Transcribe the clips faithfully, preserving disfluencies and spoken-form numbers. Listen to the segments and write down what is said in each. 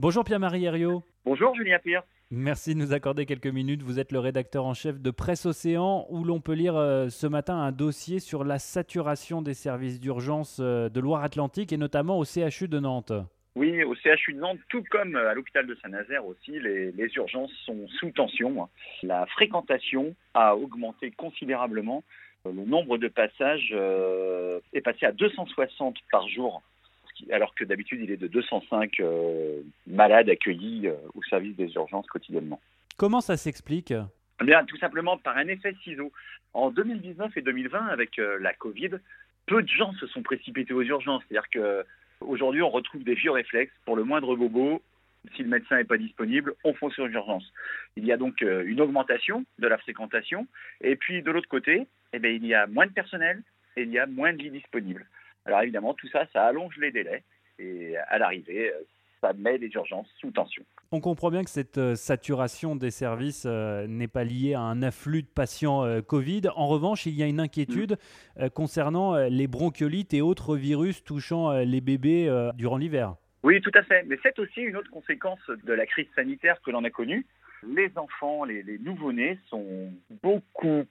Bonjour Pierre-Marie Herriot. Bonjour Julien Pierre. Merci de nous accorder quelques minutes. Vous êtes le rédacteur en chef de Presse Océan, où l'on peut lire euh, ce matin un dossier sur la saturation des services d'urgence euh, de Loire-Atlantique et notamment au C H U de Nantes. Oui, au C H U de Nantes, tout comme à l'hôpital de Saint-Nazaire aussi, les, les urgences sont sous tension. La fréquentation a augmenté considérablement. Le nombre de passages euh, est passé à deux cent soixante par jour, alors que d'habitude il est de deux cent cinq euh, malades accueillis euh, au service des urgences quotidiennement. Comment ça s'explique? Eh bien, tout simplement par un effet ciseau. En deux mille dix-neuf et deux mille vingt, avec euh, la Covid, peu de gens se sont précipités aux urgences. C'est-à-dire qu'aujourd'hui, on retrouve des vieux réflexes. Pour le moindre bobo, si le médecin n'est pas disponible, on fonce sur l'urgence. Il y a donc euh, une augmentation de la fréquentation. Et puis, de l'autre côté, eh bien, il y a moins de personnel et il y a moins de lits disponibles. Alors évidemment, tout ça, ça allonge les délais. Et à l'arrivée, ça met les urgences sous tension. On comprend bien que cette euh, saturation des services euh, n'est pas liée à un afflux de patients euh, Covid. En revanche, il y a une inquiétude euh, concernant euh, les bronchiolites et autres virus touchant euh, les bébés euh, durant l'hiver. Oui, tout à fait. Mais c'est aussi une autre conséquence de la crise sanitaire que l'on a connue. Les enfants, les, les nouveau-nés sont beaucoup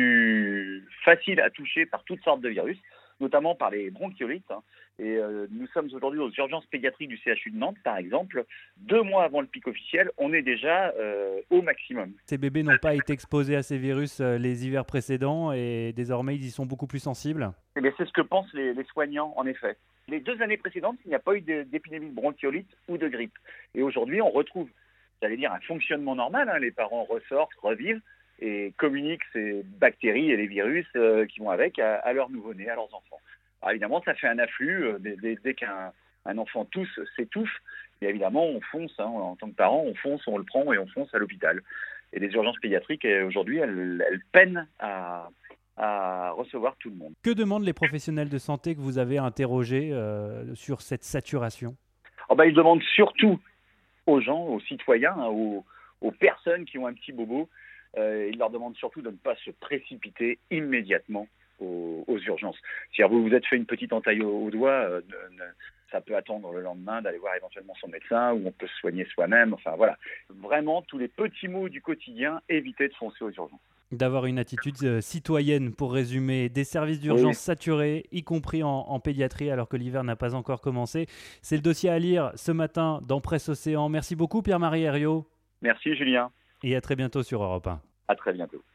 plus faciles à toucher par toutes sortes de virus, notamment par les bronchiolites. hein. Et euh, nous sommes aujourd'hui aux urgences pédiatriques du C H U de Nantes, par exemple. Deux mois avant le pic officiel, on est déjà euh, au maximum. Ces bébés n'ont pas été exposés à ces virus euh, les hivers précédents et désormais ils y sont beaucoup plus sensibles. Eh bien, c'est ce que pensent les, les soignants, en effet. Les deux années précédentes, il n'y a pas eu de- d'épidémie de bronchiolite ou de grippe. Et aujourd'hui, on retrouve, j'allais dire, un fonctionnement normal. hein. Les parents ressortent, revivent et communiquent ces bactéries et les virus euh, qui vont avec à, à leurs nouveau-nés, à leurs enfants. Alors évidemment, ça fait un afflux. euh, dès dès- dès qu'un un enfant tousse, s'étouffe, et évidemment, on fonce. hein. En tant que parent, on fonce, on le prend et on fonce à l'hôpital. Et les urgences pédiatriques, euh, aujourd'hui, elles, elles peinent à à recevoir tout le monde. Que demandent les professionnels de santé que vous avez interrogés euh, sur cette saturation? Oh ben, ils demandent surtout aux gens, aux citoyens, hein, aux, aux personnes qui ont un petit bobo, euh, ils leur demandent surtout de ne pas se précipiter immédiatement aux, aux urgences. Si vous vous êtes fait une petite entaille au, au doigt, euh, ne- ne- ça peut attendre le lendemain d'aller voir éventuellement son médecin ou on peut se soigner soi-même. Enfin voilà, vraiment tous les petits mots du quotidien, éviter de foncer aux urgences. D'avoir une attitude euh, citoyenne, pour résumer, des services Oui, d'urgence saturés, y compris en, en pédiatrie, alors que l'hiver n'a pas encore commencé. C'est le dossier à lire ce matin dans Presse Océan. Merci beaucoup Pierre-Marie Herriot merci Julien, et à très bientôt sur Europe un. à très bientôt.